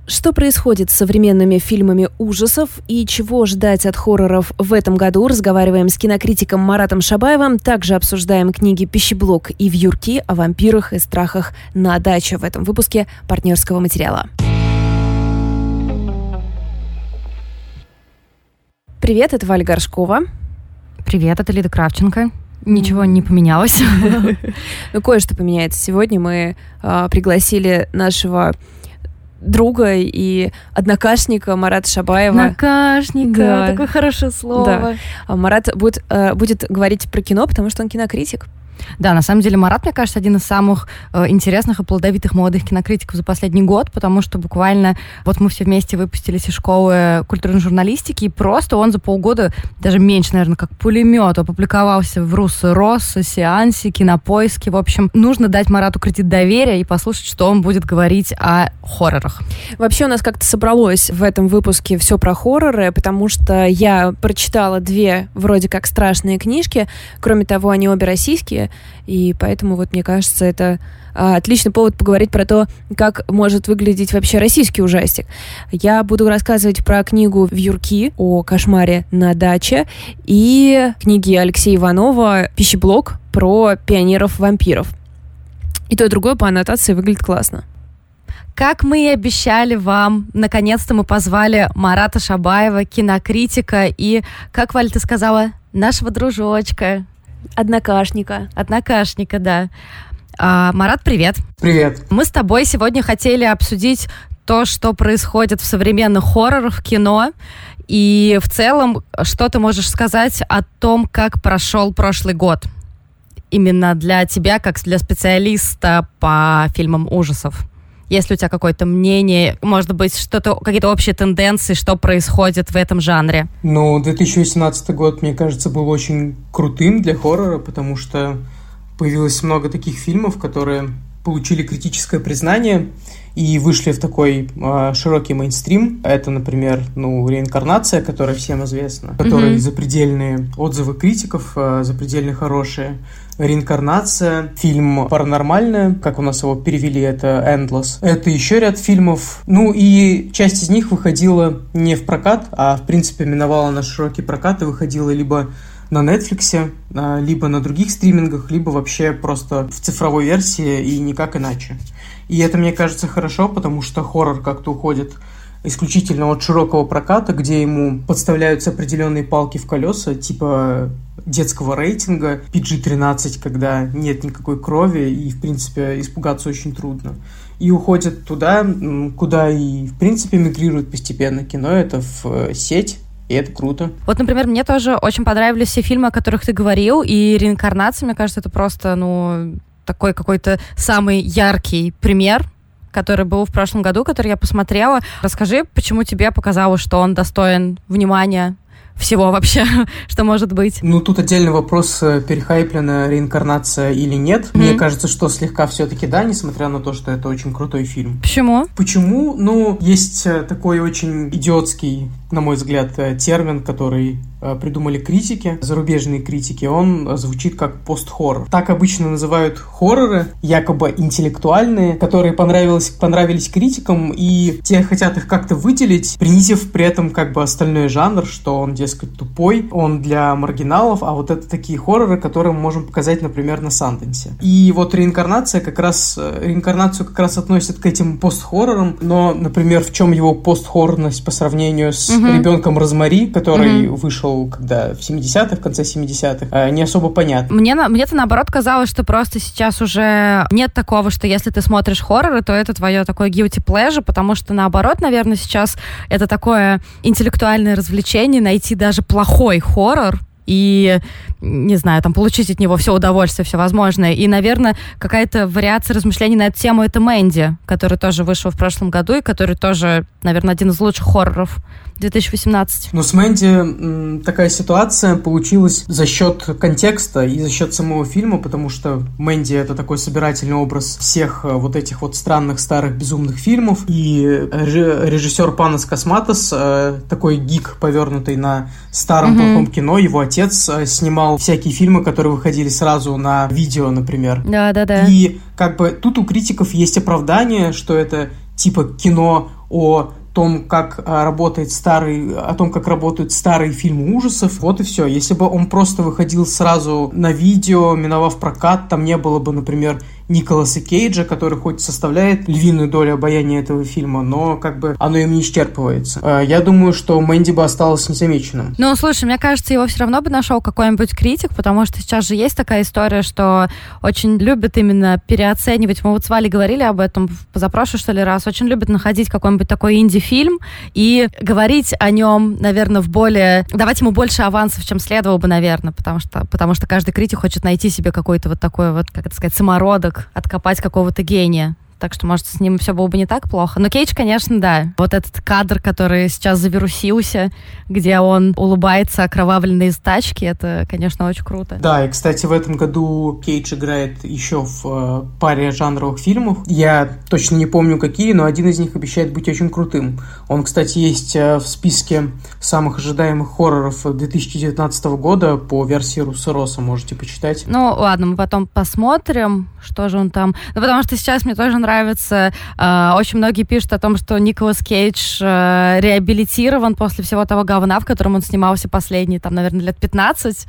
Что происходит с современными фильмами ужасов и чего ждать от хорроров в этом году, разговариваем с кинокритиком Маратом Шабаевым. Также обсуждаем книги «Пищеблок» и «Вьюрки» о вампирах и страхах на даче в этом выпуске партнерского материала. Привет, это Валя Горшкова. Привет, это Лида Кравченко. Ничего не поменялось. Ну, кое-что поменяется. Сегодня мы пригласили нашего друга и однокашника Марата Шабаева. Однокашника, да. Такое хорошее слово. Да. Марат будет говорить про кино, потому что он кинокритик. Да, на самом деле Марат, мне кажется, один из самых интересных и плодовитых молодых кинокритиков за последний год, потому что буквально вот мы все вместе выпустились из школы культурной журналистики, и просто он за полгода, даже меньше, наверное, как пулемет, опубликовался в Руссо-Россо, Сеансе, Кинопоиске. В общем, нужно дать Марату кредит доверия и послушать, что он будет говорить о хоррорах. Вообще у нас как-то собралось в этом выпуске все про хорроры, потому что я прочитала 2 вроде как страшные книжки. Кроме того, они обе российские, и поэтому вот мне кажется, это отличный повод поговорить про то, как может выглядеть вообще российский ужастик. Я буду рассказывать про книгу «Вьюрки» о кошмаре на даче и книги Алексея Иванова «Пищеблок» про пионеров-вампиров. И то, и другое по аннотации выглядит классно. Как мы и обещали вам, наконец-то мы позвали Марата Шабаева, кинокритика и, как, Валь, ты сказала, нашего дружочка. Однокашника, да. Марат, привет. Привет. Мы с тобой сегодня хотели обсудить то, что происходит в современных хоррорах в кино. И в целом, что ты можешь сказать о том, как прошел прошлый год? Именно для тебя, как для специалиста по фильмам ужасов. Есть ли у тебя какое-то мнение, может быть, какие-то общие тенденции, что происходит в этом жанре? 2018 год, мне кажется, был очень крутым для хоррора, потому что появилось много таких фильмов, которые получили критическое признание и вышли в такой широкий мейнстрим. Это, например, «Реинкарнация», которая всем известна, которой запредельные отзывы критиков, запредельно хорошие. «Реинкарнация», фильм «Паранормальное», как у нас его перевели, это «Endless». Это еще ряд фильмов. И часть из них выходила не в прокат, а, в принципе, миновала на широкий прокат и выходила либо на Netflix, либо на других стримингах, либо вообще просто в цифровой версии и никак иначе. И это, мне кажется, хорошо, потому что хоррор как-то уходит исключительно от широкого проката, где ему подставляются определенные палки в колеса, типа детского рейтинга, PG-13, когда нет никакой крови и, в принципе, испугаться очень трудно. И уходит туда, куда и, в принципе, мигрирует постепенно кино, это в сеть. И это круто. Вот, например, мне тоже очень понравились все фильмы, о которых ты говорил, и «Реинкарнация», мне кажется, это просто, такой какой-то самый яркий пример, который был в прошлом году, который я посмотрела. Расскажи, почему тебе показалось, что он достоин внимания всего вообще, что может быть? Тут отдельный вопрос, перехайплена «Реинкарнация» или нет. Мне кажется, что слегка все-таки да, несмотря на то, что это очень крутой фильм. Почему? Почему? Есть такой очень идиотский, на мой взгляд, термин, который придумали критики, зарубежные критики. Он звучит как пост-хоррор. Так обычно называют хорроры, якобы интеллектуальные, которые понравились критикам, и те хотят их как-то выделить, принизив при этом остальной жанр, что он, дескать, тупой, он для маргиналов, а вот это такие хорроры, которые мы можем показать, например, на Санденсе. И вот «Реинкарнацию» как раз относят к этим пост-хоррорам, но, например, в чем его пост-хоррорность по сравнению с «Ребенком Розмари», который вышел когда в 70-х, в конце 70-х, не особо понятно. Мне-то наоборот казалось, что просто сейчас уже нет такого, что если ты смотришь хорроры, то это твое такое guilty pleasure, потому что наоборот, наверное, сейчас это такое интеллектуальное развлечение найти даже плохой хоррор и, не знаю, получить от него все удовольствие, все возможное. И, наверное, какая-то вариация размышлений на эту тему — это «Мэнди», который тоже вышел в прошлом году и который тоже, наверное, один из лучших хорроров 2018. С «Мэнди» такая ситуация получилась за счет контекста и за счет самого фильма, потому что «Мэнди» — это такой собирательный образ всех вот этих вот странных старых безумных фильмов, и режиссер Панас Косматос, такой гик, повернутый на старом плохом кино, его отец снимал всякие фильмы, которые выходили сразу на видео, например. Да. И тут у критиков есть оправдание, что это типа кино о том, как работают старые фильмы ужасов. Вот и все. Если бы он просто выходил сразу на видео, миновав прокат, там не было бы, например, Николаса Кейджа, который хоть составляет львиную долю обаяния этого фильма, но как бы оно им не исчерпывается. Я думаю, что Мэнди бы осталось незамеченным. Ну, слушай, мне кажется, его все равно бы нашел какой-нибудь критик, потому что сейчас же есть такая история, что очень любят именно переоценивать. Мы вот с Валей говорили об этом позапрошлый, что ли, раз. Очень любят находить какой-нибудь такой инди-фильм и говорить о нем, наверное, давать ему больше авансов, чем следовало бы, наверное, потому что каждый критик хочет найти себе какой-то вот такой вот, как это сказать, самородок, откопать какого-то гения. Так что, может, с ним все было бы не так плохо. Но Кейдж, конечно, да. Вот этот кадр, который сейчас завирусился, где он улыбается окровавленной из тачки, это, конечно, очень круто. Да, и, кстати, в этом году Кейдж играет еще в паре жанровых фильмов. Я точно не помню, какие, но один из них обещает быть очень крутым. Он, кстати, есть в списке самых ожидаемых хорроров 2019 года по версии Руссо Россо, можете почитать. Ну, ладно, мы потом посмотрим, что же он там. Ну, потому что сейчас мне тоже нравится. Очень многие пишут о том, что Николас Кейдж реабилитирован после всего того говна, в котором он снимался последние, там, наверное, лет 15.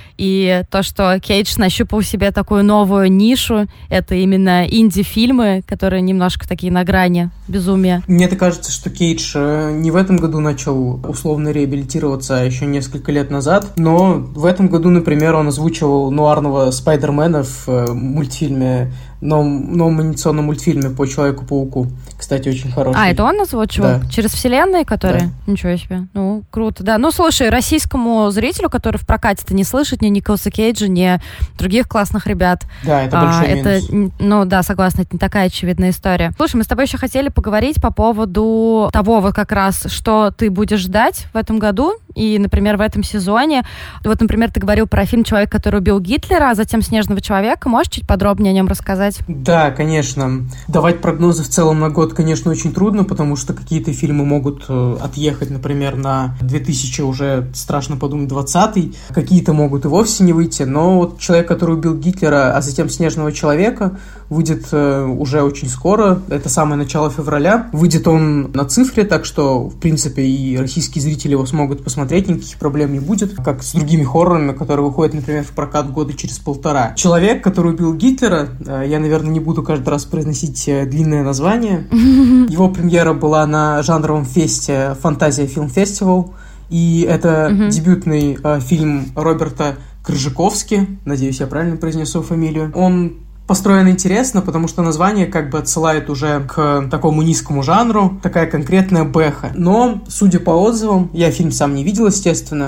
И то, что Кейдж нащупал себе такую новую нишу, это именно инди-фильмы, которые немножко такие на грани безумия. Мне-то кажется, что Кейдж не в этом году начал условно реабилитироваться, а еще несколько лет назад. Но в этом году, например, он озвучивал нуарного Спайдермена в мультфильме, новом анимационном мультфильме по Человеку-пауку. Кстати, очень хороший. Это он озвучивал? Да. Через вселенные, которые? Да. Ничего себе. Ну, круто, да. Ну, слушай, российскому зрителю, который в прокате-то не слышит ни Николаса Кейджа, ни других классных ребят. Да, это большой минус. Ну, да, согласна, это не такая очевидная история. Слушай, мы с тобой еще хотели поговорить по поводу того, вот как раз, что ты будешь ждать в этом году и, например, в этом сезоне. Вот, например, ты говорил про фильм «Человек, который убил Гитлера», а затем «Снежного человека». Можешь чуть подробнее о нем рассказать? Да, конечно. Давать прогнозы в целом на год, конечно, очень трудно, потому что какие-то фильмы могут отъехать, например, на 2000, уже страшно подумать, 20-й. Какие-то могут и вовсе не выйти. Но вот «Человек, который убил Гитлера», а затем «Снежного человека» выйдет уже очень скоро. Это самое начало февраля. Выйдет он на цифре, так что, в принципе, и российские зрители его смогут посмотреть, никаких проблем не будет. Как с другими хоррорами, которые выходят, например, в прокат года через 1,5. «Человек, который убил Гитлера», я, наверное, не буду каждый раз произносить длинное название. Его премьера была на жанровом фесте «Фантазия Фильм Фестивал». И это дебютный фильм Роберта Крыжиковски. Надеюсь, я правильно произнес его фамилию. Он построен интересно, потому что название как бы отсылает уже к такому низкому жанру, такая конкретная бэха. Но, судя по отзывам, я фильм сам не видел, естественно,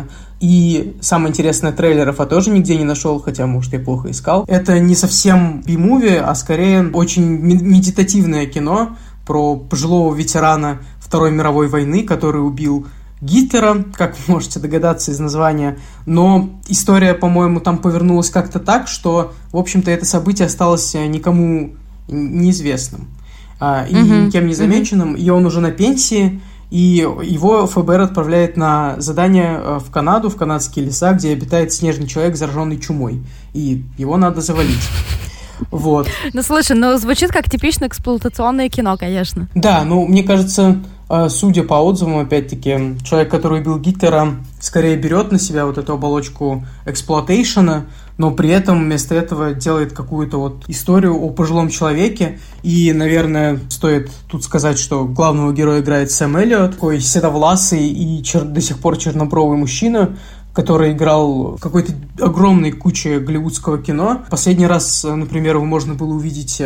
и самое интересное, трейлеров я тоже нигде не нашел, хотя, может, я плохо искал. Это не совсем би-муви, а скорее очень медитативное кино про пожилого ветерана Второй мировой войны, который убил Гитлера, как вы можете догадаться из названия, но история, по-моему, там повернулась как-то так, что, в общем-то, это событие осталось никому неизвестным и никем не замеченным, и он уже на пенсии, и его ФБР отправляет на задание в Канаду, в канадские леса, где обитает снежный человек, зараженный чумой, и его надо завалить. Вот. Ну, слушай, звучит как типичное эксплуатационное кино, конечно. Да, мне кажется, судя по отзывам, опять-таки, человек, который убил Гитлера, скорее берет на себя вот эту оболочку эксплуатейшена, но при этом вместо этого делает какую-то вот историю о пожилом человеке. И, наверное, стоит тут сказать, что главного героя играет Сэм Эллиот, такой седовласый и до сих пор чернобровый мужчина, который играл в какой-то огромной куче голливудского кино. Последний раз, например, его можно было увидеть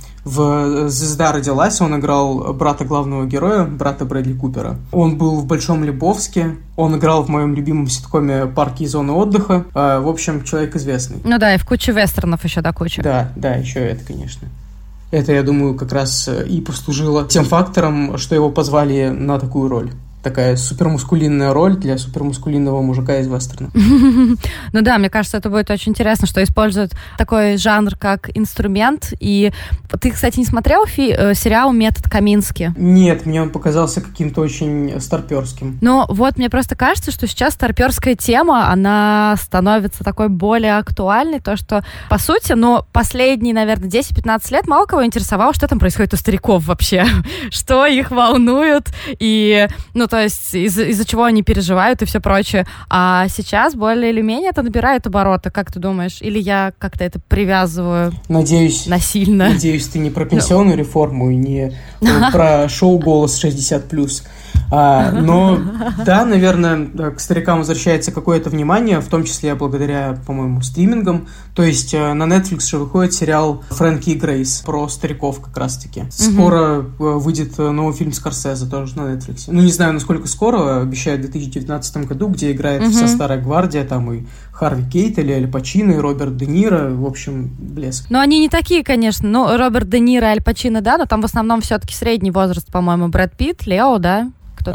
в «Звезда родилась», он играл брата главного героя, брата Брэдли Купера. Он был в «Большом Лебовске», он играл в моем любимом ситкоме «Парки и зоны отдыха». В общем, человек известный. Ну да, и в куче вестернов еще до кучи. Да, еще это, конечно. Это, я думаю, как раз и послужило тем фактором, что его позвали на такую роль. такая супермускулинная роль для супермускулинного мужика из вестерна. Ну да, мне кажется, это будет очень интересно, что используют такой жанр, как инструмент. И ты, кстати, не смотрел сериал «Метод Камински»? Нет, мне он показался каким-то очень старперским. Ну вот, мне просто кажется, что сейчас старперская тема, она становится такой более актуальной. То, что, по сути, последние, наверное, 10-15 лет мало кого интересовало, что там происходит у стариков вообще, что их волнует, и, то есть, из-за чего они переживают и все прочее. А сейчас более или менее это набирает обороты, как ты думаешь? Или я как-то это привязываю насильно? Надеюсь, ты не про пенсионную реформу и не про шоу «Голос 60+». Но да, наверное, к старикам возвращается какое-то внимание, в том числе благодаря, по-моему, стримингам. То есть на Netflix же выходит сериал «Фрэнки и Грейс» про стариков как раз-таки. Скоро выйдет новый фильм Скорсезе, тоже на Netflix. Не знаю, насколько скоро, обещают в 2019 году, где играет вся старая гвардия, там и Харви Кейтель, Аль Пачино, и Роберт Де Ниро, в общем, блеск. Они не такие, конечно, Роберт Де Ниро, Аль Пачино, да, но там в основном все-таки средний возраст, по-моему, Брэд Питт, Лео, да?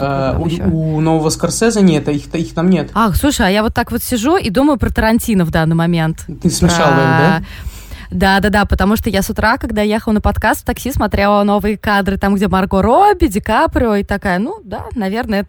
У нового Скорсезе нет, их там нет. Слушай, а я вот так вот сижу и думаю про Тарантино в данный момент. Ты смешала их, да? Да, потому что я с утра, когда ехала на подкаст в такси, смотрела новые кадры, там, где Марго Робби, Ди Каприо, и такая, наверное,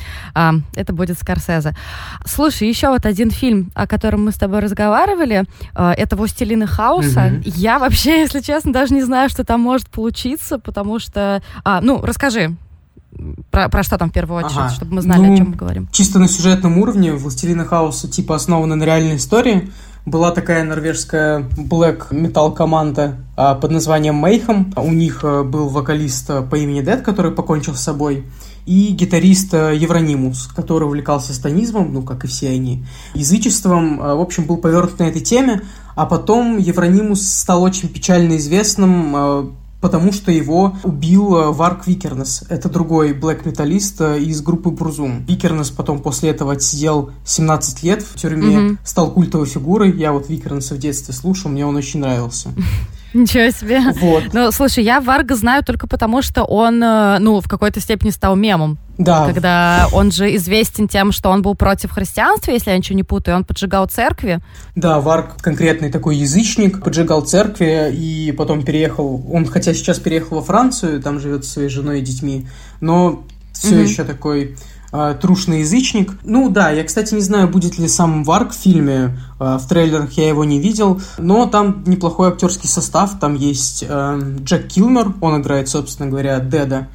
это будет Скорсезе. Слушай, еще вот один фильм, о котором мы с тобой разговаривали, это «Властелины хаоса». Я вообще, если честно, даже не знаю, что там может получиться, потому что... расскажи. Про что там в первую очередь, чтобы мы знали, о чем мы говорим. Чисто на сюжетном уровне «Властелины хаоса» типа основаны на реальной истории. Была такая норвежская блэк метал команда под названием Mayhem. У них был вокалист по имени Дед, который покончил с собой, и гитарист Евронимус, который увлекался сатанизмом, как и все они, язычеством. В общем, был повернут на этой теме, а потом Евронимус стал очень печально известным, потому что его убил Варг Викернес. Это другой блэк-металлист из группы Брузум. Викернес потом после этого отсидел 17 лет в тюрьме, стал культовой фигурой. Я Викернеса в детстве слушал, мне он очень нравился. Ничего себе. Вот. Слушай, я Варга знаю только потому, что он, в какой-то степени стал мемом. Да. Когда он же известен тем, что он был против христианства, если я ничего не путаю, он поджигал церкви. Да, Варг конкретный такой язычник, поджигал церкви и потом переехал, он хотя сейчас переехал во Францию, там живет со своей женой и детьми, но все еще такой трушный язычник. Я, кстати, не знаю, будет ли сам Варг в фильме, в трейлерах я его не видел, но там неплохой актерский состав, там есть Джек Килмер, он играет, собственно говоря, Деда,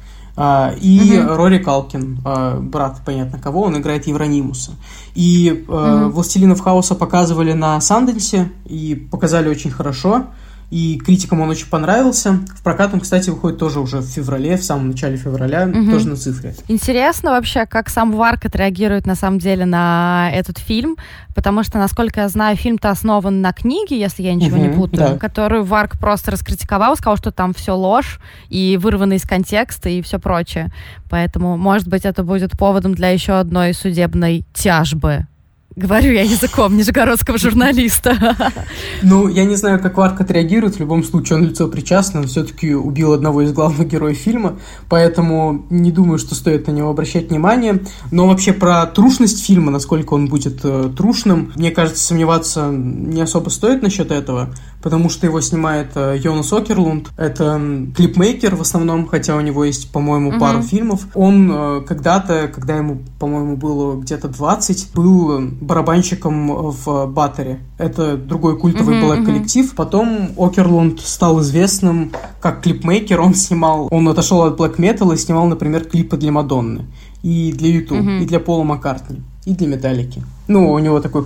и Рори Калкин, брат, понятно кого, он играет Евронимуса. И «Властелинов хаоса» показывали на Санденсе, и показали очень хорошо, и критикам он очень понравился. В прокат он, кстати, выходит тоже уже в феврале, в самом начале февраля, тоже на цифре. Интересно вообще, как сам Варг отреагирует на самом деле на этот фильм, потому что, насколько я знаю, фильм-то основан на книге, если я ничего не путаю, которую Варг просто раскритиковал, сказал, что там все ложь и вырвано из контекста и все прочее. Поэтому, может быть, это будет поводом для еще одной судебной тяжбы. Говорю я языком нижегородского журналиста. Я не знаю, как Варг отреагирует. В любом случае, он лицо причастно. Он все-таки убил одного из главных героев фильма. Поэтому не думаю, что стоит на него обращать внимание. Но вообще про трушность фильма, насколько он будет трушным, мне кажется, сомневаться не особо стоит насчет этого. Потому что его снимает Йонас Окерлунд. Это клипмейкер в основном, хотя у него есть, по-моему, пару фильмов. Он когда-то, когда ему, по-моему, было где-то 20, был барабанщиком в Баттере. Это другой культовый блэк-коллектив. Потом Окерлунд стал известным как клипмейкер. Он отошел от блэк-металла и снимал, например, клипы для Мадонны. И для YouTube, и для Пола Маккартни, и для Металлики. У него такой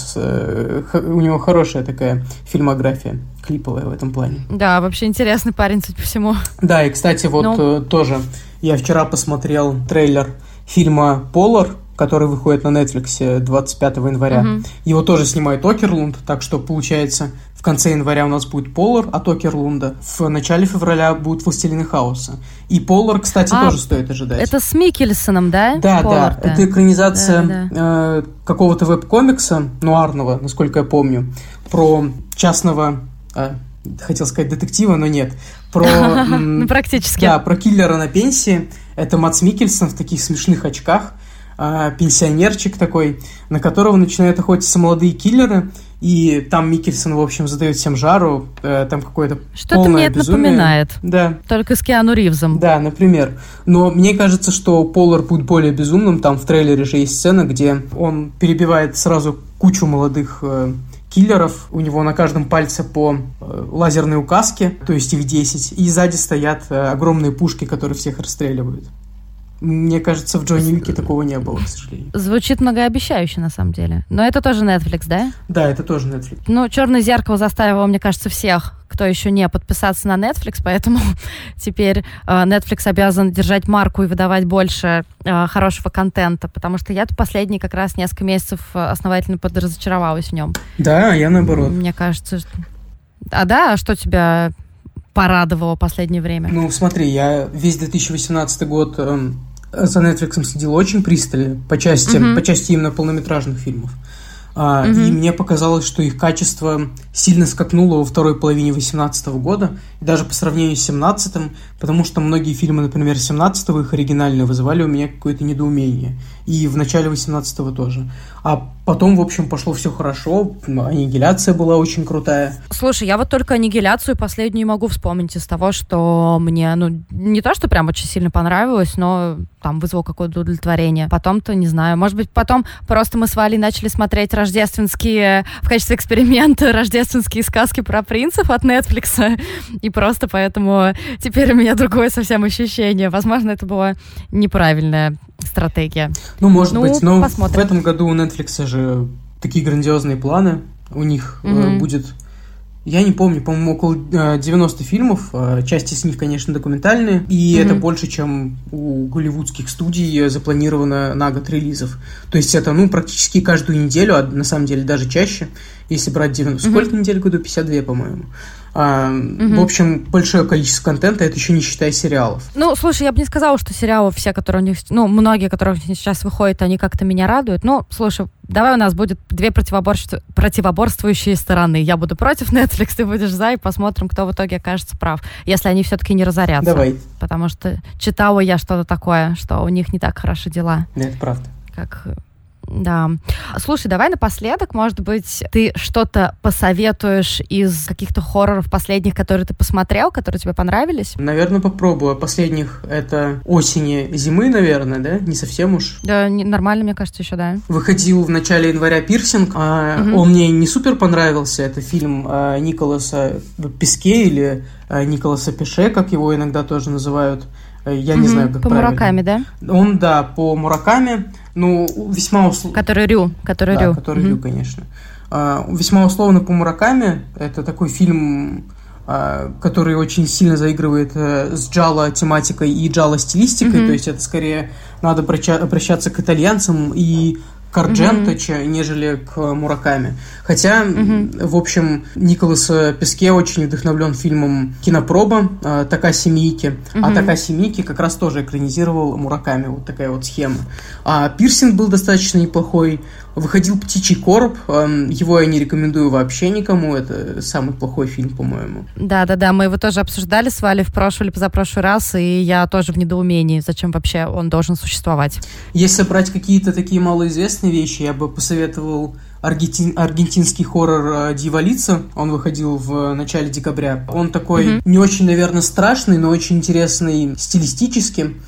у него хорошая такая фильмография клиповая в этом плане. Да, вообще интересный парень, судя по всему. Да, и, кстати, тоже я вчера посмотрел трейлер фильма «Полар», который выходит на Netflix 25 января. Его тоже снимает Окерлунд, так что, получается, в конце января у нас будет «Полар» от Окерлунда, в начале февраля будут «Властелины хаоса». И «Полар», кстати, тоже стоит ожидать. Это с Миккельсоном, да? Да, Полар-то. Да. Это экранизация какого-то веб-комикса нуарного, насколько я помню, про частного... хотел сказать детектива, но нет. Практически. Да, про киллера на пенсии. Это Мадс Миккельсон в таких смешных очках, пенсионерчик такой, на которого начинают охотиться молодые киллеры, и там Миккельсон, в общем, задает всем жару, там какое-то что-то полное мне это безумие. Напоминает. Да. Только с Киану Ривзом. Да, например. Но мне кажется, что Поллар будет более безумным. Там в трейлере же есть сцена, где он перебивает сразу кучу молодых киллеров. У него на каждом пальце по лазерной указке, то есть их 10, и сзади стоят огромные пушки, которые всех расстреливают. Мне кажется, в Джонни Уике такого не было, к сожалению. Звучит многообещающе, на самом деле. Но это тоже Netflix, да? Да, это тоже Netflix. Ну, «Черное зеркало» заставило, мне кажется, всех, кто еще не, подписаться на Netflix, поэтому теперь Netflix обязан держать марку и выдавать больше хорошего контента, потому что я последние как раз несколько месяцев основательно подразочаровалась в нем. Да, я наоборот. Мне кажется, что... А что тебя порадовало в последнее время? Ну, смотри, я весь 2018 год за Netflix следил очень пристально по части именно полнометражных фильмов. И мне показалось, что их качество сильно скакнуло во второй половине 2018 года, и даже по сравнению с 2017, потому что многие фильмы, например, 2017-го, их оригинальные, вызывали у меня какое-то недоумение. И в начале 2018-го тоже. А потом, в общем, пошло все хорошо, «Аннигиляция» была очень крутая. Слушай, я вот только «Аннигиляцию» последнюю могу вспомнить из того, что мне, не то, что прям очень сильно понравилось, но там вызвало какое-то удовлетворение. Потом-то, не знаю, может быть, потом просто мы с Валей начали смотреть рождественские, в качестве эксперимента, рождественские сказки про принцев от Netflix, и просто поэтому теперь у меня другое совсем ощущение. Возможно, это была неправильная стратегия. Ну, может быть, но посмотрим. В этом году у Netflix же такие грандиозные планы. У них будет, я не помню, по-моему, около 90 фильмов. Часть из них, конечно, документальные. И это больше, чем у голливудских студий запланировано на год релизов. То есть это, практически каждую неделю, а на самом деле даже чаще. Если брать 90... Сколько недель в году? 52, по-моему. В общем, большое количество контента, это еще не считая сериалов. Ну, слушай, я бы не сказала, что сериалы все, которые у них... многие, которые у них сейчас выходят, они как-то меня радуют. Слушай, давай у нас будет две противоборствующие стороны. Я буду против Netflix, ты будешь за, и посмотрим, кто в итоге окажется прав. Если они все-таки не разорятся. Давай. Потому что читала я что-то такое, что у них не так хороши дела. Да, это правда. Да. Слушай, давай напоследок, может быть, ты что-то посоветуешь из каких-то хорроров последних, которые ты посмотрел, которые тебе понравились? Наверное, попробую. Последних это «Осени, зимы», наверное, да? Не совсем уж. Да, нормально, мне кажется, еще, да. Выходил в начале января «Пирсинг». Он мне не супер понравился. Это фильм Николаса Песке или Николаса Пеше, как его иногда тоже называют. Я не знаю, как по правильно. Мураками, да? Он, да, по Мураками. Весьма условно. Который Рю. Рю, конечно. Весьма условно по Мураками. Это такой фильм, который очень сильно заигрывает с джало тематикой и джало стилистикой. То есть это скорее надо обращаться к итальянцам и к Ардженто, нежели к Мураками. Хотя, в общем, Николас Песке очень вдохновлен фильмом «Кинопроба» Такаси Миики. А Такаси Миики как раз тоже экранизировал Мураками. Вот такая вот схема. А «Пирсинг» был достаточно неплохой. Выходил «Птичий короб». Его я не рекомендую вообще никому. Это самый плохой фильм, по-моему. Да, мы его тоже обсуждали с Валей в прошлый или позапрошлый раз, и я тоже в недоумении, зачем вообще он должен существовать. Если брать какие-то такие малоизвестные вещи, я бы посоветовал аргентинский хоррор «Дьяволица». Он выходил в начале декабря. Он такой не очень, наверное, страшный, но очень интересный стилистически.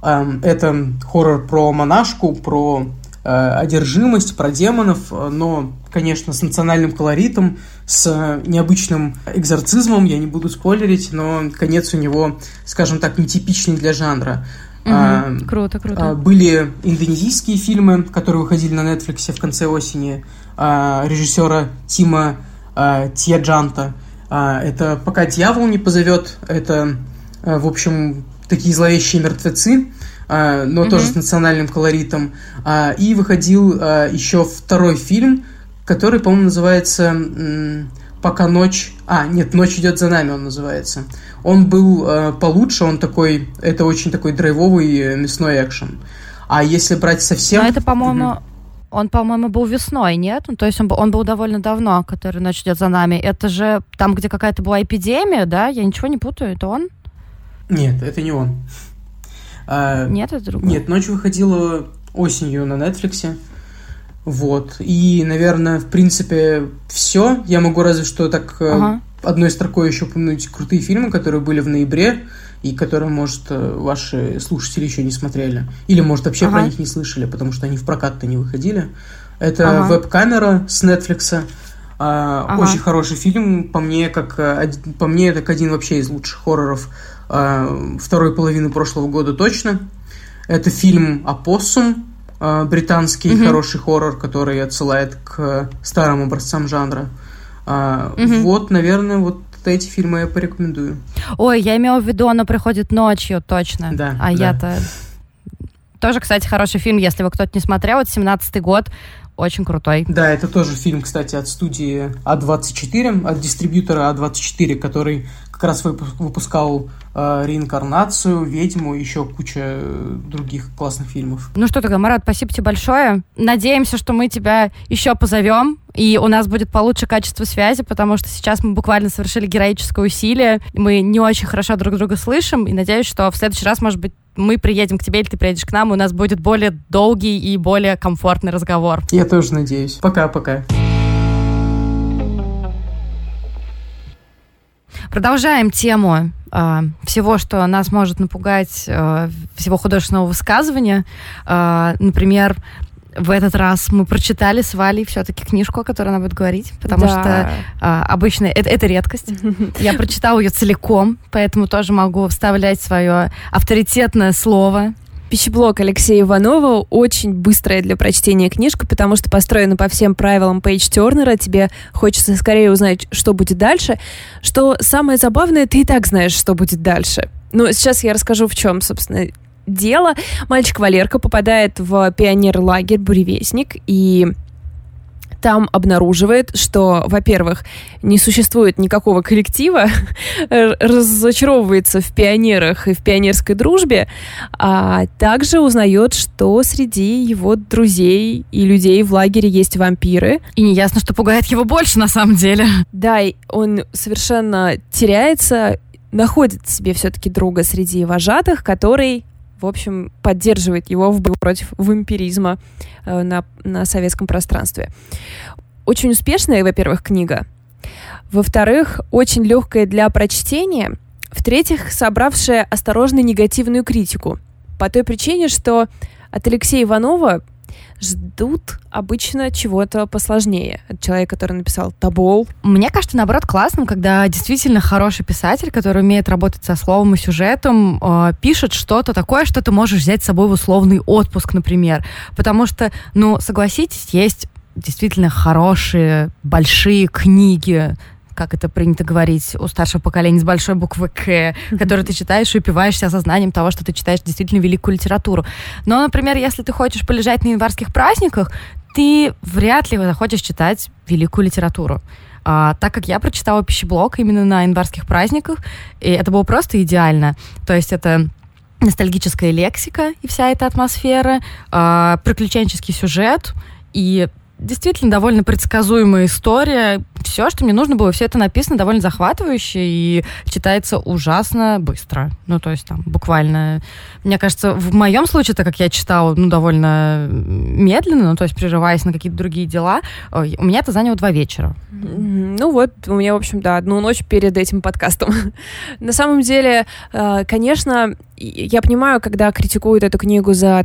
Это хоррор про монашку, про одержимость, про демонов, но, конечно, с национальным колоритом, с необычным экзорцизмом, я не буду спойлерить, но конец у него, скажем так, нетипичный для жанра. Круто. Были индонезийские фильмы, которые выходили на Netflix в конце осени, режиссера Тима Тьяджанта. Это «Пока дьявол не позовет», это, в общем, такие зловещие мертвецы, но тоже с национальным колоритом. И выходил еще второй фильм, который, по-моему, называется «Пока ночь...» «Ночь идет за нами» он называется. Он был получше, это очень такой драйвовый мясной экшен. А если брать совсем... Но это, по-моему... Он, по-моему, был весной, нет? То есть он был довольно давно, который «Ночь идет за нами». Это же там, где какая-то была эпидемия, да? Я ничего не путаю, это он? Нет, это не он. Нет, это другое? Нет, «Ночь» выходила осенью на Netflix. Вот. И, наверное, в принципе, все. Я могу разве что так одной строкой еще упомянуть крутые фильмы, которые были в ноябре, и которые, может, ваши слушатели еще не смотрели. Или, может, вообще про них не слышали, потому что они в прокат-то не выходили. Это «Веб-камера» с Netflix. Очень хороший фильм. По мне, это один вообще из лучших хорроров второй половины прошлого года точно. Это фильм «Опоссум», британский хороший хоррор, который отсылает к старым образцам жанра. Вот, наверное, вот эти фильмы я порекомендую. Ой, я имела в виду «Оно приходит ночью», точно. Да. Я-то... Тоже, кстати, хороший фильм, если вы кто-то не смотрел. Это 17-й год. Очень крутой. Да, это тоже фильм, кстати, от студии А24, от дистрибьютора А24, который как раз выпускал «Реинкарнацию», «Ведьму» и еще куча других классных фильмов. Ну что тогда, Марат, спасибо тебе большое. Надеемся, что мы тебя еще позовем, и у нас будет получше качество связи, потому что сейчас мы буквально совершили героическое усилие, мы не очень хорошо друг друга слышим, и надеюсь, что в следующий раз, может быть, мы приедем к тебе, или ты приедешь к нам, и у нас будет более долгий и более комфортный разговор. Я тоже надеюсь. Пока-пока. Продолжаем тему всего, что нас может напугать, всего художественного высказывания. Например, в этот раз мы прочитали с Валей все-таки книжку, о которой она будет говорить, потому что обычно это редкость. Я прочитала ее целиком, поэтому тоже могу вставлять свое авторитетное слово. «Пищеблок» Алексея Иванова очень быстрая для прочтения книжка, потому что построена по всем правилам Пейдж-Тернера. Тебе хочется скорее узнать, что будет дальше. Что самое забавное, ты и так знаешь, что будет дальше. Но сейчас я расскажу, в чем, собственно, дело. Мальчик Валерка попадает в пионерлагерь «Буревестник» и там обнаруживает, что, во-первых, не существует никакого коллектива, разочаровывается в пионерах и в пионерской дружбе, а также узнает, что среди его друзей и людей в лагере есть вампиры. И неясно, что пугает его больше на самом деле. Да, и он совершенно теряется, находит себе все-таки друга среди вожатых, который, в общем, поддерживает его в бою против вампиризма на советском пространстве. Очень успешная, во-первых, книга. Во-вторых, очень легкая для прочтения. В-третьих, собравшая осторожно негативную критику. По той причине, что от Алексея Иванова ждут обычно чего-то посложнее. От человека, который написал «Тобол». Мне кажется, наоборот, классным, когда действительно хороший писатель, который умеет работать со словом и сюжетом, пишет что-то такое, что ты можешь взять с собой в условный отпуск, например. Потому что, согласитесь, есть действительно хорошие, большие книги, как это принято говорить у старшего поколения, с большой буквы «К», который ты читаешь и упиваешься осознанием того, что ты читаешь действительно великую литературу. Но, например, если ты хочешь полежать на январских праздниках, ты вряд ли захочешь читать великую литературу. Так как я прочитала «Пищеблок» именно на январских праздниках, и это было просто идеально. То есть это ностальгическая лексика и вся эта атмосфера, приключенческий сюжет и действительно довольно предсказуемая история. Все, что мне нужно было, все это написано довольно захватывающе и читается ужасно быстро. То есть там буквально... Мне кажется, в моем случае, так как я читала, довольно медленно, то есть прерываясь на какие-то другие дела, у меня это заняло 2 вечера. У меня, в общем, одну ночь перед этим подкастом. На самом деле, конечно, я понимаю, когда критикуют эту книгу за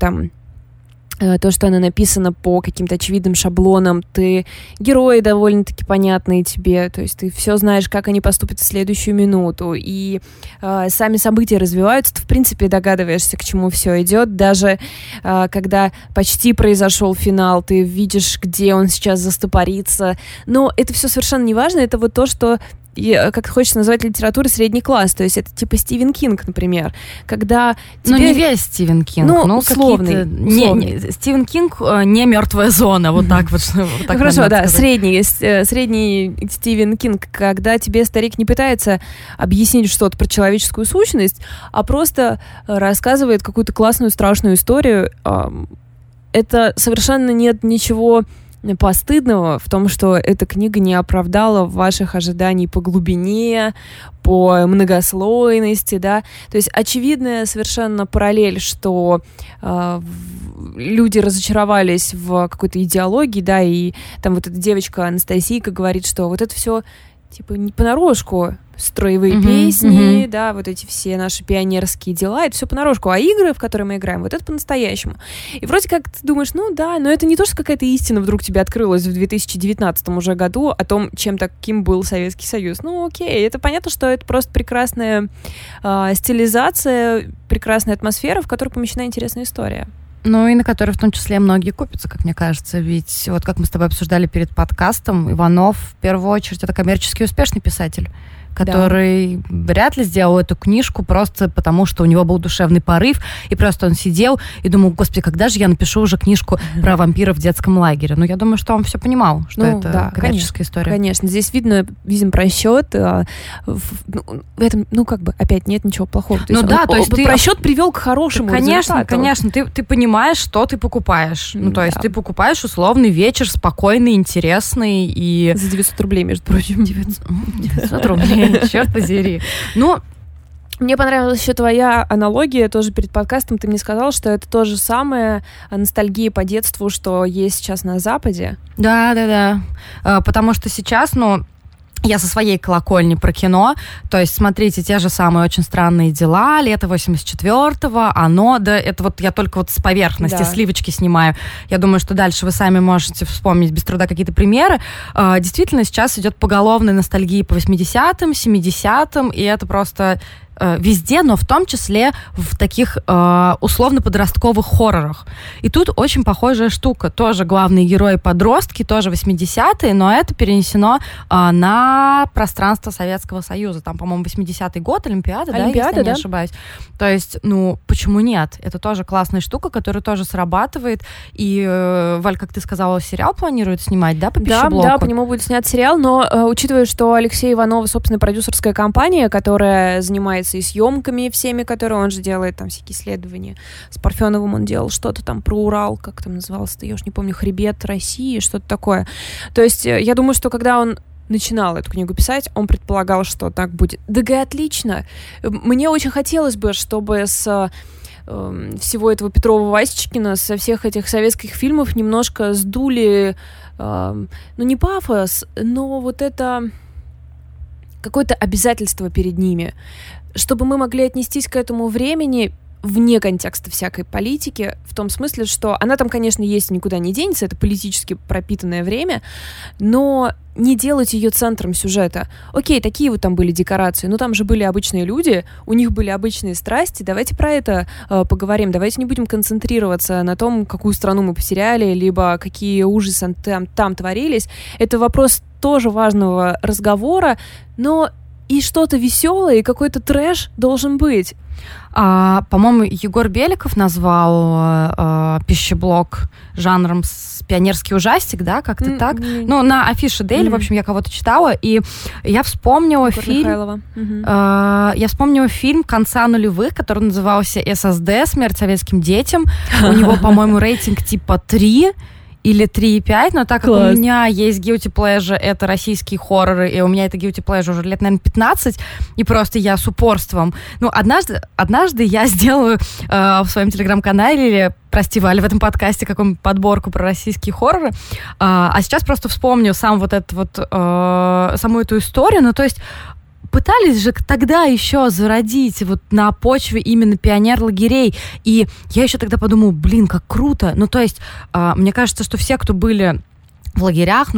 то, что она написана по каким-то очевидным шаблонам, герои довольно-таки понятные тебе, то есть ты все знаешь, как они поступят в следующую минуту, и сами события развиваются, ты, в принципе, догадываешься, к чему все идет, даже когда почти произошел финал, ты видишь, где он сейчас застопорится, но это все совершенно не важно, это вот то, что как хочется назвать литературой средний класс, то есть это типа Стивен Кинг, например, когда тебе... не весь Стивен Кинг, условный. Стивен Кинг не «Мертвая зона», вот так вот. Хорошо, да, средний Стивен Кинг, когда тебе старик не пытается объяснить что-то про человеческую сущность, а просто рассказывает какую-то классную, страшную историю. Это совершенно нет ничего постыдного в том, что эта книга не оправдала ваших ожиданий по глубине, по многослойности, да, то есть очевидная совершенно параллель, что люди разочаровались в какой-то идеологии, да, и там вот эта девочка Анастасийка говорит, что вот это все типа не понарошку, строевые песни, да, вот эти все наши пионерские дела, это все понарошку, а игры, в которые мы играем, вот это по-настоящему. И вроде как ты думаешь, ну да, но это не то, что какая-то истина вдруг тебе открылась в 2019 уже году о том, чем таким был Советский Союз. Ну окей, это понятно, что это просто прекрасная стилизация, прекрасная атмосфера, в которой помещена интересная история. Ну и на которой в том числе многие купятся, как мне кажется. Ведь вот как мы с тобой обсуждали перед подкастом, Иванов в первую очередь это коммерчески успешный писатель, который вряд ли сделал эту книжку просто потому, что у него был душевный порыв, и просто он сидел и думал, господи, когда же я напишу уже книжку про вампиров в детском лагере? Ну, я думаю, что он все понимал, что это коммерческая история. Конечно, здесь видим просчет. В этом, как бы, опять нет ничего плохого. То есть просчет привел к хорошему результату. Конечно, ты понимаешь, что ты покупаешь. Ну, то есть ты покупаешь условный вечер, спокойный, интересный и... За 900 рублей, между прочим. 900 рублей. Черт подери. Ну, мне понравилась еще твоя аналогия, тоже перед подкастом ты мне сказала, что это то же самое ностальгия по детству, что есть сейчас на Западе. Да. Потому что сейчас, я со своей колокольни про кино, то есть, смотрите, те же самые «Очень странные дела», «Лето 84-го», «Оно», да, это вот я только вот с поверхности, сливочки снимаю. Я думаю, что дальше вы сами можете вспомнить без труда какие-то примеры. Действительно, сейчас идет поголовная ностальгия по 80-м, 70-м, и это просто... везде, но в том числе в таких условно-подростковых хоррорах. И тут очень похожая штука. Тоже главные герои-подростки, тоже 80-е, но это перенесено на пространство Советского Союза. Там, по-моему, 80-й год, Олимпиада, если я не ошибаюсь. То есть, почему нет? Это тоже классная штука, которая тоже срабатывает. И, Валь, как ты сказала, сериал планируют снимать, да, по пищеблоку? Да, по нему будет снят сериал, но учитывая, что Алексей Иванов, собственно, продюсерская компания, которая занимается и съемками всеми, которые он же делает, там всякие исследования. С Парфеновым он делал что-то там про Урал, как там называлось-то, я уж не помню, «Хребет России», что-то такое. То есть я думаю, что когда он начинал эту книгу писать, он предполагал, что так будет. Да, отлично! Мне очень хотелось бы, чтобы с всего этого Петрова-Васечкина, со всех этих советских фильмов немножко сдули, не пафос, но вот это какое-то обязательство перед ними, чтобы мы могли отнестись к этому времени вне контекста всякой политики, в том смысле, что она там, конечно, есть, никуда не денется, это политически пропитанное время, но не делать ее центром сюжета. Окей, такие вот там были декорации, но там же были обычные люди, у них были обычные страсти, давайте про это поговорим, давайте не будем концентрироваться на том, какую страну мы потеряли, либо какие ужасы там творились. Это вопрос тоже важного разговора, но и что-то веселое, и какой-то трэш должен быть. По-моему, Егор Беликов назвал пищеблок жанром пионерский ужастик, да, как-то так. На афише Дейли, в общем, я кого-то читала, и я вспомнила фильм... Я вспомнила фильм конца нулевых, который назывался «ССД. Смерть советским детям». У него, по-моему, рейтинг типа 3 или 3,5, но так как у меня есть guilty pleasure, это российские хорроры, и у меня это guilty pleasure уже лет, наверное, 15, и просто я с упорством... Однажды я сделаю в своем телеграм-канале или, прости, Валя, в этом подкасте какую-нибудь подборку про российские хорроры, а сейчас просто вспомню саму эту историю, то есть пытались же тогда еще зародить вот на почве именно пионер-лагерей. И я еще тогда подумала, как круто. То есть, мне кажется, что все, кто были в лагерях,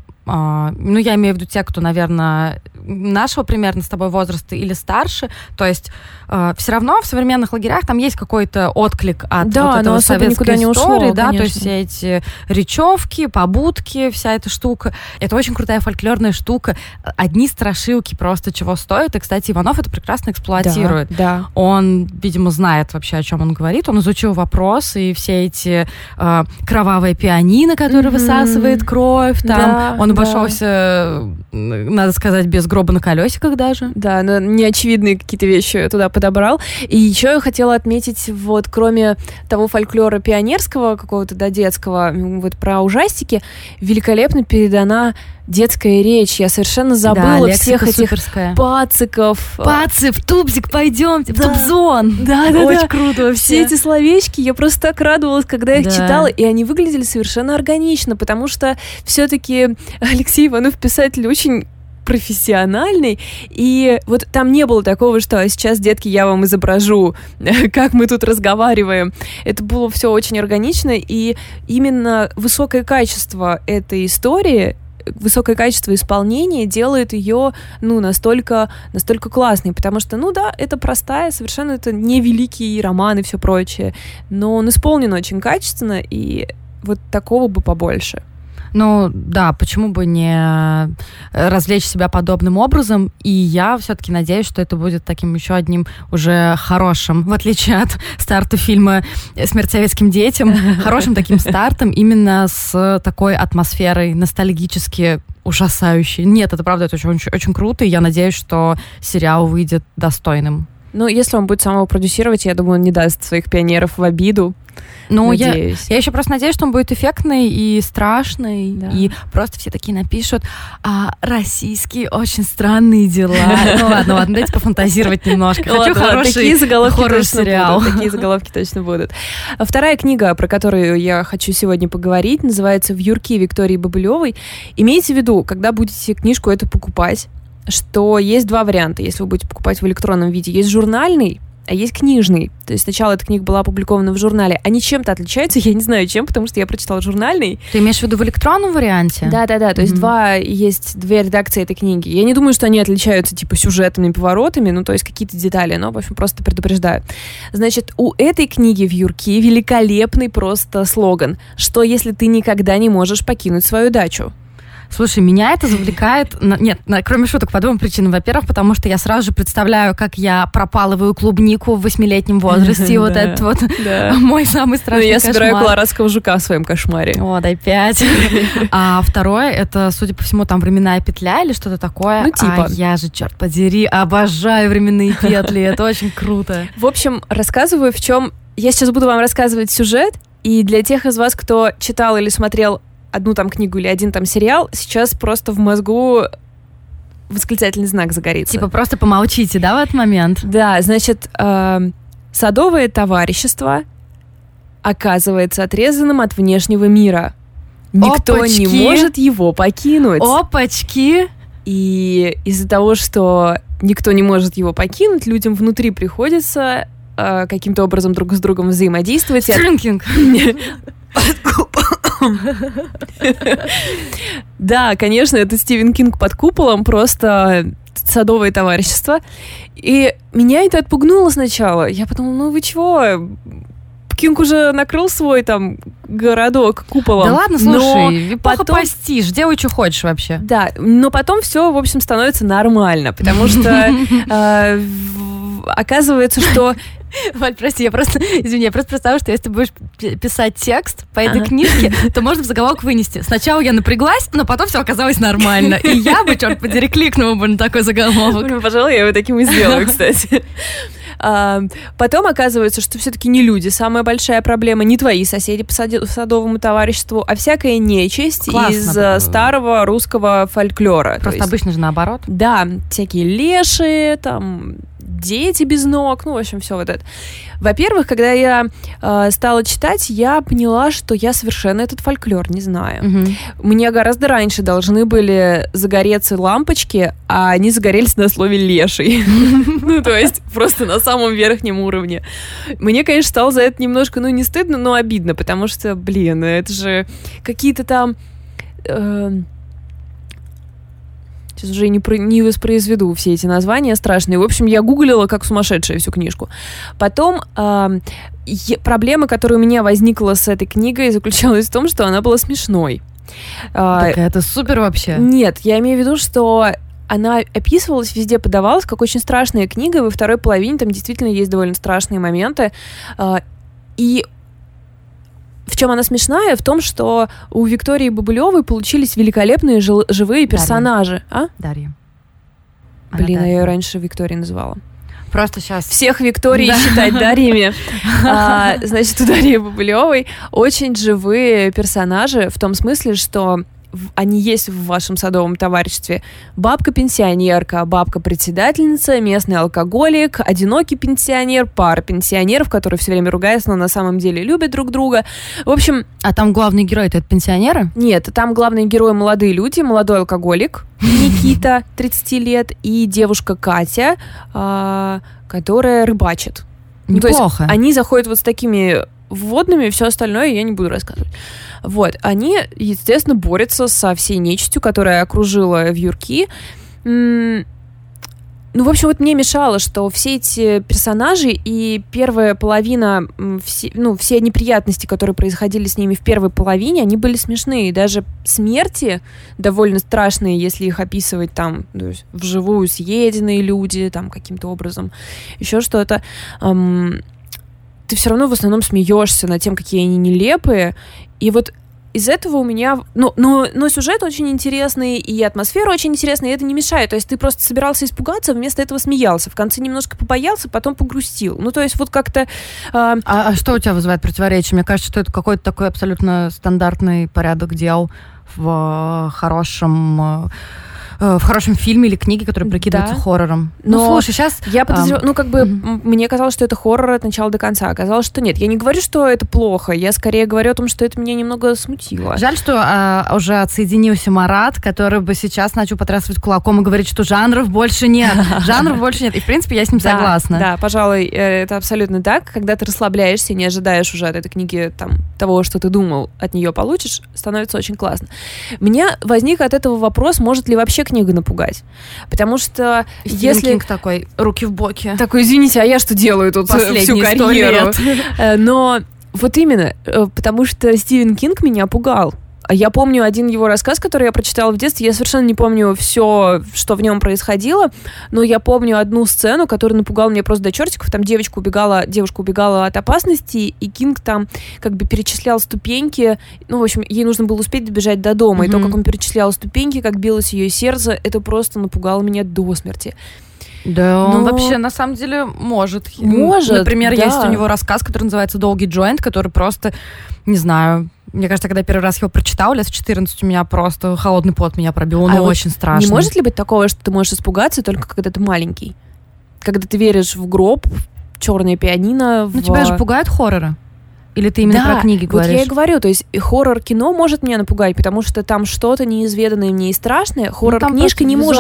я имею в виду те, кто, наверное, нашего примерно с тобой возраста или старше, то есть все равно в современных лагерях там есть какой-то отклик от этого советской истории, ушло, да, то есть все эти речевки, побудки, вся эта штука. Это очень крутая фольклорная штука. Одни страшилки просто чего стоят. И, кстати, Иванов это прекрасно эксплуатирует. Да. Он, видимо, знает вообще, о чем он говорит. Он изучил вопросы и все эти кровавые пианино, которое высасывает кровь, там. Он обошелся, надо сказать, без гроба на колесиках даже. Да, но неочевидные какие-то вещи туда подобрал. И еще я хотела отметить, вот кроме того фольклора пионерского какого-то, да, детского, вот про ужастики, великолепно передана детская речь. Я совершенно забыла всех этих пациков. Пацы, в тубзик пойдемте, в тубзон. Да. Очень круто вообще. Все эти словечки, я просто так радовалась, когда я их читала, и они выглядели совершенно органично, потому что все-таки Алексей Иванов писатель очень профессиональный, и вот там не было такого, что сейчас, детки, я вам изображу, как мы тут разговариваем. Это было все очень органично, и именно высокое качество этой истории, высокое качество исполнения делает ее, настолько классной, потому что, это простая, совершенно это не великий роман и все прочее, но он исполнен очень качественно, и вот такого бы побольше. Почему бы не развлечь себя подобным образом, и я все-таки надеюсь, что это будет таким еще одним уже хорошим, в отличие от старта фильма «Смерть советским детям», хорошим таким стартом именно с такой атмосферой ностальгически ужасающей. Нет, это правда, это очень, очень круто, и я надеюсь, что сериал выйдет достойным. Если он будет самого продюсировать, я думаю, он не даст своих пионеров в обиду. Я еще просто надеюсь, что он будет эффектный и страшный, и просто все такие напишут: российские очень странные дела. Ладно, дайте пофантазировать немножко. Хочу хороший хоррор-сериал. Такие заголовки точно будут. Вторая книга, про которую я хочу сегодня поговорить, называется «Вьюрки» Виктории Бобылевой. Имейте в виду, когда будете книжку эту покупать, что есть два варианта, если вы будете покупать в электронном виде. Есть журнальный, а есть книжный. То есть сначала эта книга была опубликована в журнале. Они чем-то отличаются, я не знаю чем, потому что я прочитала журнальный. Ты имеешь в виду в электронном варианте? Да. То есть есть две редакции этой книги. Я не думаю, что они отличаются типа сюжетными поворотами, то есть какие-то детали, но, в общем, просто предупреждаю. Значит, у этой книги «Вьюрки» великолепный просто слоган, что если ты никогда не можешь покинуть свою дачу. Слушай, меня это завлекает... Нет, кроме шуток, по двум причинам. Во-первых, потому что я сразу же представляю, как я пропалываю клубнику в 8-летнем возрасте. Вот этот вот мой самый страшный кошмар. Я собираю колорадского жука в своем кошмаре. О, дай 5. А второе, это, судя по всему, там временная петля или что-то такое. Типа. А я же, черт подери, обожаю временные петли. Это очень круто. В общем, рассказываю, в чем... Я сейчас буду вам рассказывать сюжет, и для тех из вас, кто читал или смотрел одну там книгу или один там сериал, сейчас просто в мозгу восклицательный знак загорится. Типа просто помолчите, да, в этот момент? Да, значит, садовое товарищество оказывается отрезанным от внешнего мира. Никто не может его покинуть. Опачки! И из-за того, что никто не может его покинуть, людям внутри приходится каким-то образом друг с другом взаимодействовать. Стринкинг. Да, конечно, это Стивен Кинг под куполом, просто садовое товарищество. И меня это отпугнуло сначала. Я подумала, вы чего? Кинг уже накрыл свой там городок куполом. Да ладно, слушай, потом постишь, делай, что хочешь вообще. Да, но потом все, в общем, становится нормально, потому что оказывается, что... Валь, прости, я просто представила, что если ты будешь писать текст по этой книжке, то можно в заголовок вынести. Сначала я напряглась, но потом все оказалось нормально. И я бы, черт подери, кликнула бы на такой заголовок. Пожалуй, я его таким и сделаю, кстати. Потом оказывается, что все-таки не люди. Самая большая проблема не твои соседи по садовому товариществу, а всякая нечисть из старого русского фольклора. Просто обычно же наоборот. Да, всякие леши, там... дети без ног, в общем, все вот это. Во-первых, когда я стала читать, я поняла, что я совершенно этот фольклор не знаю. У меня гораздо раньше должны были загореться лампочки, а они загорелись на слове «леший». То есть просто на самом верхнем уровне. Мне, конечно, стало за это немножко, не стыдно, но обидно, потому что, это же какие-то там... Сейчас уже не воспроизведу все эти названия страшные. В общем, я гуглила как сумасшедшая всю книжку. Потом проблема, которая у меня возникла с этой книгой, заключалась в том, что она была смешной. Так это супер вообще. Нет, я имею в виду, что она описывалась, везде подавалась, как очень страшная книга, и во второй половине там действительно есть довольно страшные моменты. И в чем она смешная? В том, что у Виктории Бабылевой получились великолепные живые персонажи. Дарья. Блин, я ее раньше Викторией называла. Просто сейчас... Всех Викторий считать Дарьями. Значит, у Дарьи Бабылевой очень живые персонажи, в том смысле, что они есть в вашем садовом товариществе. Бабка-пенсионерка, бабка-председательница, местный алкоголик, одинокий пенсионер, пара пенсионеров, которые все время ругаются, но на самом деле любят друг друга. В общем... А там главный герой — это пенсионеры? Нет, там главные герои молодые люди, молодой алкоголик Никита, 30 лет, и девушка Катя, которая рыбачит. Неплохо. То есть они заходят вот с такими вводными, все остальное я не буду рассказывать. Вот, они, естественно, борются со всей нечистью, которая окружила вьюрки. В общем, вот мне мешало, что все эти персонажи и первая половина, все неприятности, которые происходили с ними в первой половине, они были смешные. Даже смерти довольно страшные, если их описывать там, то есть вживую съеденные люди, там каким-то образом, еще что-то. Ты все равно в основном смеешься над тем, какие они нелепые. И вот из этого у меня... Но сюжет очень интересный, и атмосфера очень интересная, и это не мешает. То есть ты просто собирался испугаться, вместо этого смеялся. В конце немножко побоялся, потом погрустил. То есть вот как-то... А что у тебя вызывает противоречие? Мне кажется, что это какой-то такой абсолютно стандартный порядок дел в хорошем фильме или книге, которые прикидываются хоррором. Но слушай, сейчас... Я подозреваю, мне казалось, что это хоррор от начала до конца. Оказалось, что нет. Я не говорю, что это плохо. Я скорее говорю о том, что это меня немного смутило. Жаль, что уже отсоединился Марат, который бы сейчас начал потрясывать кулаком и говорить, что жанров больше нет. Жанров больше нет. И, в принципе, я с ним согласна. Да, пожалуй, это абсолютно так. Когда ты расслабляешься, не ожидаешь уже от этой книги того, что ты думал, от нее получишь, становится очень классно. У меня возник от этого вопрос, может ли вообще книга напугать. Потому что если... Кинг такой, руки в боки. Такой, извините, а я что делаю тут всю карьеру? Но вот именно, потому что Стивен Кинг меня пугал. Я помню один его рассказ, который я прочитала в детстве. Я совершенно не помню все, что в нем происходило, но я помню одну сцену, которая напугала меня просто до чертиков. Там девушка убегала от опасности, и Кинг там как бы перечислял ступеньки. В общем, ей нужно было успеть добежать до дома. И то, как он перечислял ступеньки, как билось ее сердце, это просто напугало меня до смерти. Да, он вообще, на самом деле, может. Например, есть у него рассказ, который называется «Долгий джойнт», который просто, не знаю... Мне кажется, когда я первый раз его прочитала, лет в 14, у меня просто холодный пот меня пробил. Он очень страшный. Не может ли быть такого, что ты можешь испугаться только когда ты маленький? Когда ты веришь в гроб, черное пианино... тебя же пугают хорроры? Или ты именно про книги говоришь? Вот я и говорю, то есть хоррор-кино может меня напугать, потому что там что-то неизведанное мне и страшное. Хоррор-книжка не может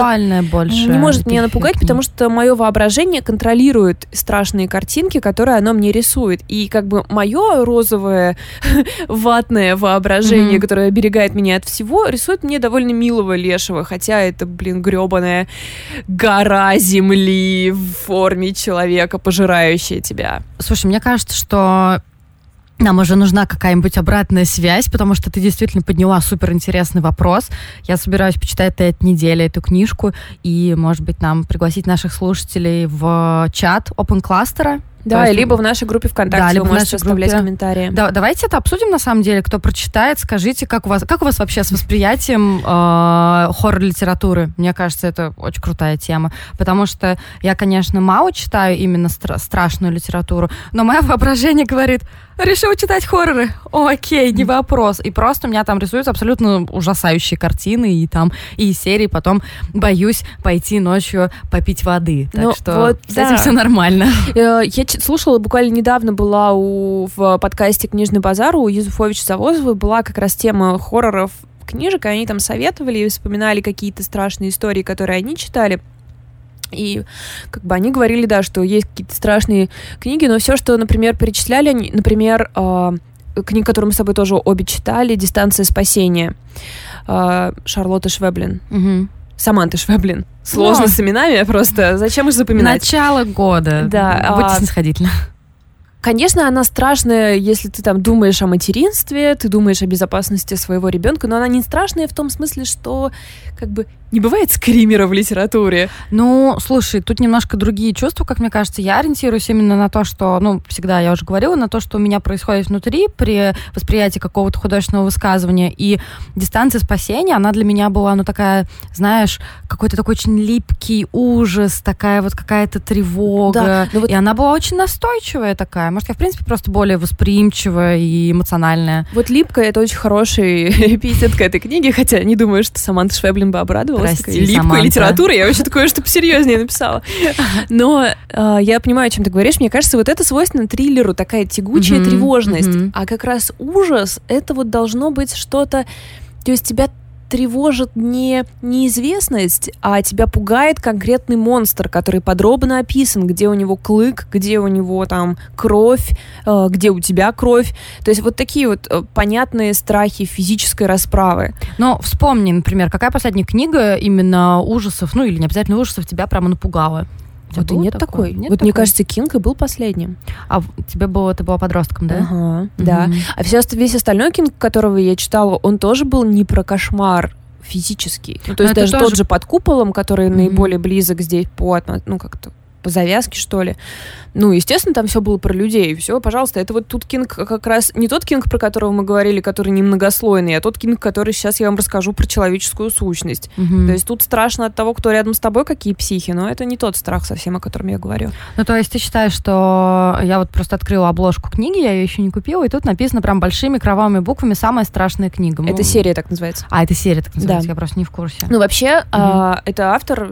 меня напугать, потому что мое воображение контролирует страшные картинки, которые оно мне рисует. И как бы мое розовое ватное воображение, которое оберегает меня от всего, рисует мне довольно милого лешего, хотя это, гребаная гора земли в форме человека, пожирающая тебя. Слушай, мне кажется, что нам уже нужна какая-нибудь обратная связь, потому что ты действительно подняла суперинтересный вопрос. Я собираюсь почитать на этой неделе эту книжку и, может быть, нам пригласить наших слушателей в чат Open Cluster. Да, либо в нашей группе ВКонтакте вы можете оставлять комментарии. Да, давайте это обсудим, на самом деле, кто прочитает. Скажите, как у вас вообще с восприятием хоррор-литературы? Мне кажется, это очень крутая тема, потому что я, конечно, мало читаю именно страшную литературу, но мое воображение говорит: решил читать хорроры? Окей, не вопрос. И просто у меня там рисуются абсолютно ужасающие картины и серии. Потом боюсь пойти ночью попить воды. Так что с этим все нормально. Я слушала, буквально недавно была в подкасте «Книжный базар» у Юзефович-Завозовой была как раз тема хорроров книжек, и они там советовали и вспоминали какие-то страшные истории, которые они читали. И как бы они говорили, да, что есть какие-то страшные книги, но все, что, например, перечисляли они, например, книгу, которую мы с тобой тоже обе читали, «Дистанция спасения», Шарлотты Швеблин. Саманты Швеблин. Сложно с именами просто. Зачем их запоминать? Начало года. Да. Будьте снисходительны. конечно, она страшная, если ты там думаешь о материнстве, ты думаешь о безопасности своего ребенка, но она не страшная в том смысле, что как бы не бывает скримера в литературе. Ну, слушай, тут немножко другие чувства, как мне кажется. Я ориентируюсь именно на то, что, всегда, я уже говорила, на то, что у меня происходит внутри при восприятии какого-то художественного высказывания. И дистанция спасения, она для меня была, такая, знаешь, какой-то такой очень липкий ужас, такая вот какая-то тревога. Да, и она была очень настойчивая такая. Может, я, в принципе, просто более восприимчивая и эмоциональная. Вот липкая — это очень хороший эпитет к этой книге, хотя не думаю, что Саманта Швеблин бы обрадовалась. Липкая литература, я вообще такое, что посерьезнее написала. Но я понимаю, о чем ты говоришь. Мне кажется, вот это свойственно триллеру, такая тягучая тревожность. А как раз ужас, это вот должно быть что-то... То есть тебя тревожит не неизвестность, а тебя пугает конкретный монстр, который подробно описан, где у него клык, где у него там кровь, где у тебя кровь. То есть вот такие вот понятные страхи физической расправы. Но вспомни, например, какая последняя книга именно ужасов, или не обязательно ужасов, тебя прямо напугала? Вот и нет такой. Вот мне кажется, Кинг и был последним. А ты была подростком, да? Ага, да. А весь остальной Кинг, которого я читала, он тоже был не про кошмар физический. То есть даже тот же «Под куполом», который наиболее близок здесь по завязке, что ли. Естественно, там все было про людей. Все, пожалуйста, это вот тут Кинг как раз не тот Кинг, про которого мы говорили, который немногослойный, а тот Кинг, который сейчас я вам расскажу про человеческую сущность. То есть тут страшно от того, кто рядом с тобой, какие психи, но это не тот страх совсем, о котором я говорю. То есть ты считаешь, что я вот просто открыла обложку книги, я ее еще не купила, и тут написано прям большими кровавыми буквами «Самая страшная книга». Это серия так называется. Это серия так называется, да. Я просто не в курсе. Вообще, это автор...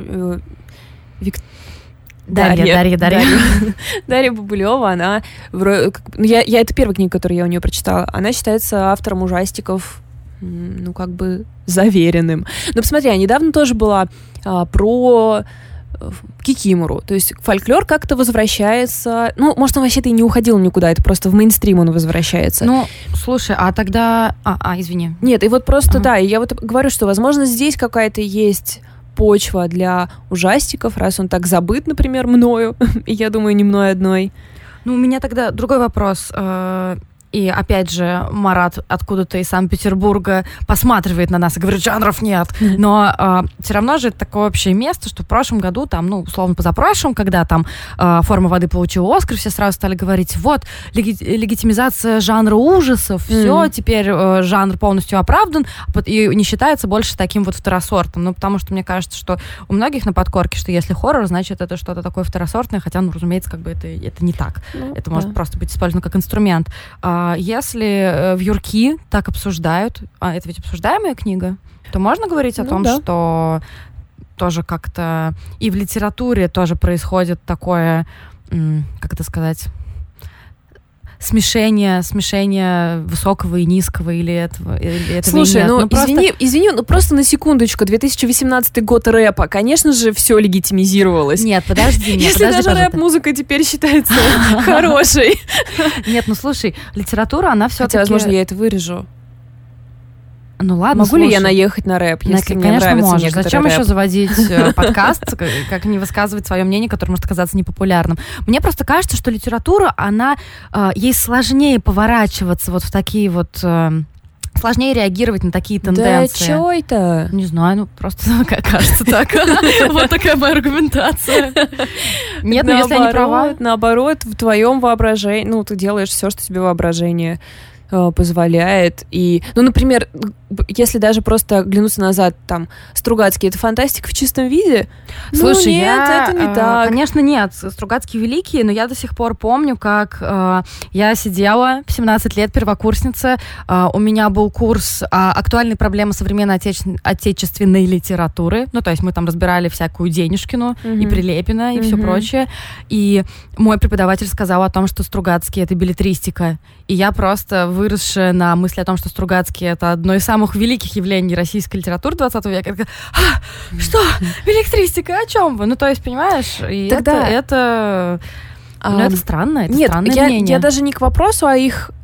Дарья. Дарья Бабулева, она... это первая книга, которую я у нее прочитала. Она считается автором ужастиков, заверенным. Но посмотри, а недавно тоже была про Кикимору. То есть фольклор как-то возвращается... может, он вообще-то и не уходил никуда, это просто в мейнстрим он возвращается. Слушай, а тогда... извини. Нет, и вот просто, да, и я вот говорю, что, возможно, здесь какая-то есть... почва для ужастиков, раз он так забыт, например, мною, и я думаю, не мной одной. У меня тогда другой вопрос. И опять же, Марат откуда-то из Санкт-Петербурга посматривает на нас и говорит, жанров нет. Но все равно же это такое общее место, что в прошлом году, условно позапрошлом, когда «Форма воды» получила Оскар, все сразу стали говорить, вот, легитимизация жанра ужасов, все, теперь жанр полностью оправдан и не считается больше таким вот второсортным. Потому что мне кажется, что у многих на подкорке, что если хоррор, значит, это что-то такое второсортное, хотя, разумеется, это не так. Это может просто быть использовано как инструмент. Если в Юрки так обсуждают, это ведь обсуждаемая книга, то можно говорить о том, что тоже как-то и в литературе тоже происходит такое, как это сказать, смешение высокого и низкого, или этого Слушай, нет? извини, просто на секундочку, 2018 год рэпа, конечно же, все легитимизировалось. Нет, подожди. Если даже рэп-музыка теперь считается хорошей. Нет, слушай, литература, она все-таки... Хотя, возможно, я это вырежу. Ладно, могу ли я наехать на рэп, если мне нравится некоторый рэп? Зачем еще заводить подкаст, как не высказывать свое мнение, которое может оказаться непопулярным? Мне просто кажется, что литература, ей сложнее поворачиваться вот в такие вот... Сложнее реагировать на такие тенденции. Да чё это? Не знаю, просто кажется так. Вот такая моя аргументация. Нет, если я не права. Наоборот, в твоем воображении, ты делаешь все, что тебе воображение позволяет. И, например, если даже просто оглянуться назад, Стругацкий — это фантастика в чистом виде? Слушай, нет, это не так. Конечно, нет. Стругацкий великий, но я до сих пор помню, как я сидела в 17 лет, первокурсница, у меня был курс «Актуальные проблемы современной отечественной литературы». То есть мы там разбирали всякую Денюшкину и Прилепина, и все прочее. И мой преподаватель сказал о том, что Стругацкий — это беллетристика. И я просто, выросшая на мысли о том, что Стругацкий — это одно из самых великих явлений российской литературы 20 века, что? Беллетристика? О чем вы? То есть, понимаешь? И тогда это странно, это странное мнение. Я даже не к вопросу о их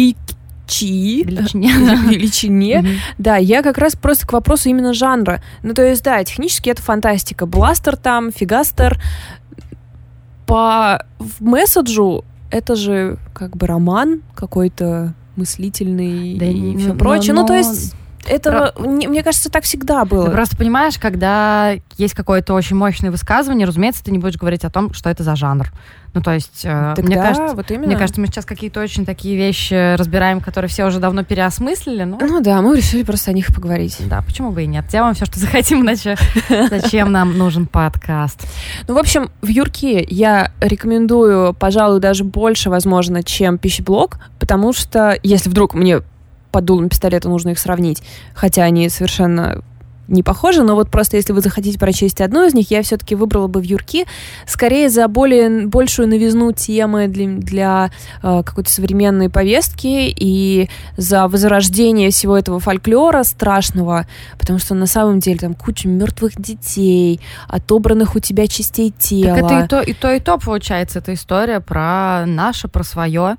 величине. Да, я как раз просто к вопросу именно жанра. То есть, да, технически это фантастика. Бластер там, фигастер. По месседжу это же как бы роман какой-то мыслительный Да, и все прочее. Ну, то есть... Это, мне кажется, так всегда было. Ты просто понимаешь, когда есть какое-то очень мощное высказывание, разумеется, ты не будешь говорить о том, что это за жанр. Ну, то есть, мне кажется, мы сейчас какие-то очень такие вещи разбираем, которые все уже давно переосмыслили. Ну да, мы решили просто о них поговорить. Да, почему бы и нет? Делаем все, что захотим, иначе зачем нам нужен подкаст? Ну, в общем, в Юрки я рекомендую, пожалуй, даже больше, возможно, чем пищеблог, потому что, если вдруг мне под дулом пистолета нужно их сравнить, хотя они совершенно не похожи, но вот просто если вы захотите прочесть одну из них, я все-таки выбрала бы «Вьюрки», скорее за большую новизну темы для какой-то современной повестки и за возрождение всего этого фольклора страшного, потому что на самом деле там куча мертвых детей, отобранных у тебя частей тела. Так это и то получается, эта история про наше, про свое.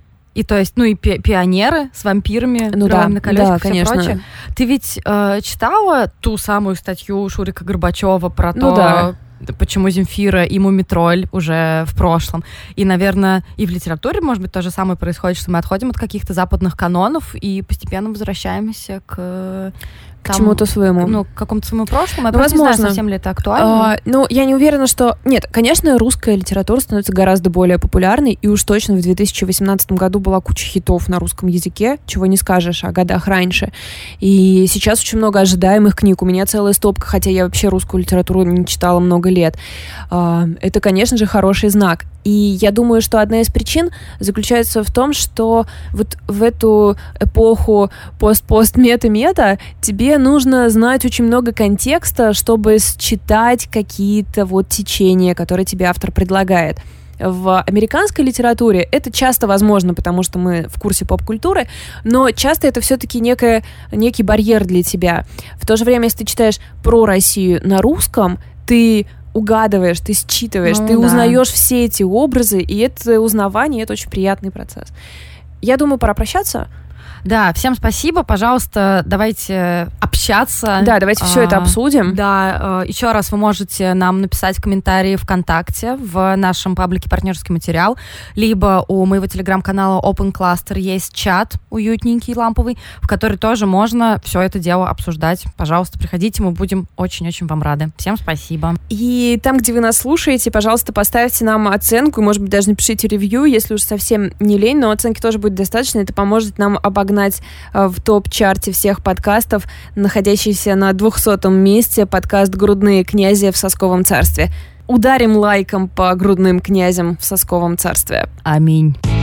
И то есть, и пионеры с вампирами, героями на колесиках, и все прочее. Ты ведь читала ту самую статью Шурика Горбачева про то, почему Земфира и Мумитроль уже в прошлом. И, наверное, и в литературе, может быть, то же самое происходит, что мы отходим от каких-то западных канонов и постепенно возвращаемся к чему-то своему. К какому-то своему прошлому. Я не знаю, совсем ли это актуально. Я не уверена, что... Нет, конечно, русская литература становится гораздо более популярной, и уж точно в 2018 году была куча хитов на русском языке, чего не скажешь о годах раньше. И сейчас очень много ожидаемых книг. У меня целая стопка, хотя я вообще русскую литературу не читала много лет. Это, конечно же, хороший знак. И я думаю, что одна из причин заключается в том, что вот в эту эпоху пост-пост-мета-мета тебе нужно знать очень много контекста, чтобы считать какие-то вот течения, которые тебе автор предлагает. В американской литературе это часто возможно, потому что мы в курсе поп-культуры, но часто это все-таки некий барьер для тебя. В то же время, если ты читаешь про Россию на русском, ты угадываешь, ты считываешь, ты узнаешь все эти образы, и это узнавание, это очень приятный процесс. Я думаю, пора прощаться. Да, всем спасибо, пожалуйста, давайте общаться. Да, давайте все это обсудим. Да, еще раз вы можете нам написать комментарии ВКонтакте в нашем паблике «Партнерский материал», либо у моего телеграм-канала Open Cluster есть чат уютненький, ламповый, в который тоже можно все это дело обсуждать. Пожалуйста, приходите, мы будем очень-очень вам рады. Всем спасибо. И там, где вы нас слушаете, пожалуйста, поставьте нам оценку, может быть, даже напишите ревью, если уж совсем не лень, но оценки тоже будет достаточно, это поможет нам обогнать в топ-чарте всех подкастов, находящийся на 200-м месте подкаст «Грудные князи в Сосковом царстве». Ударим лайком по грудным князям в Сосковом царстве. Аминь.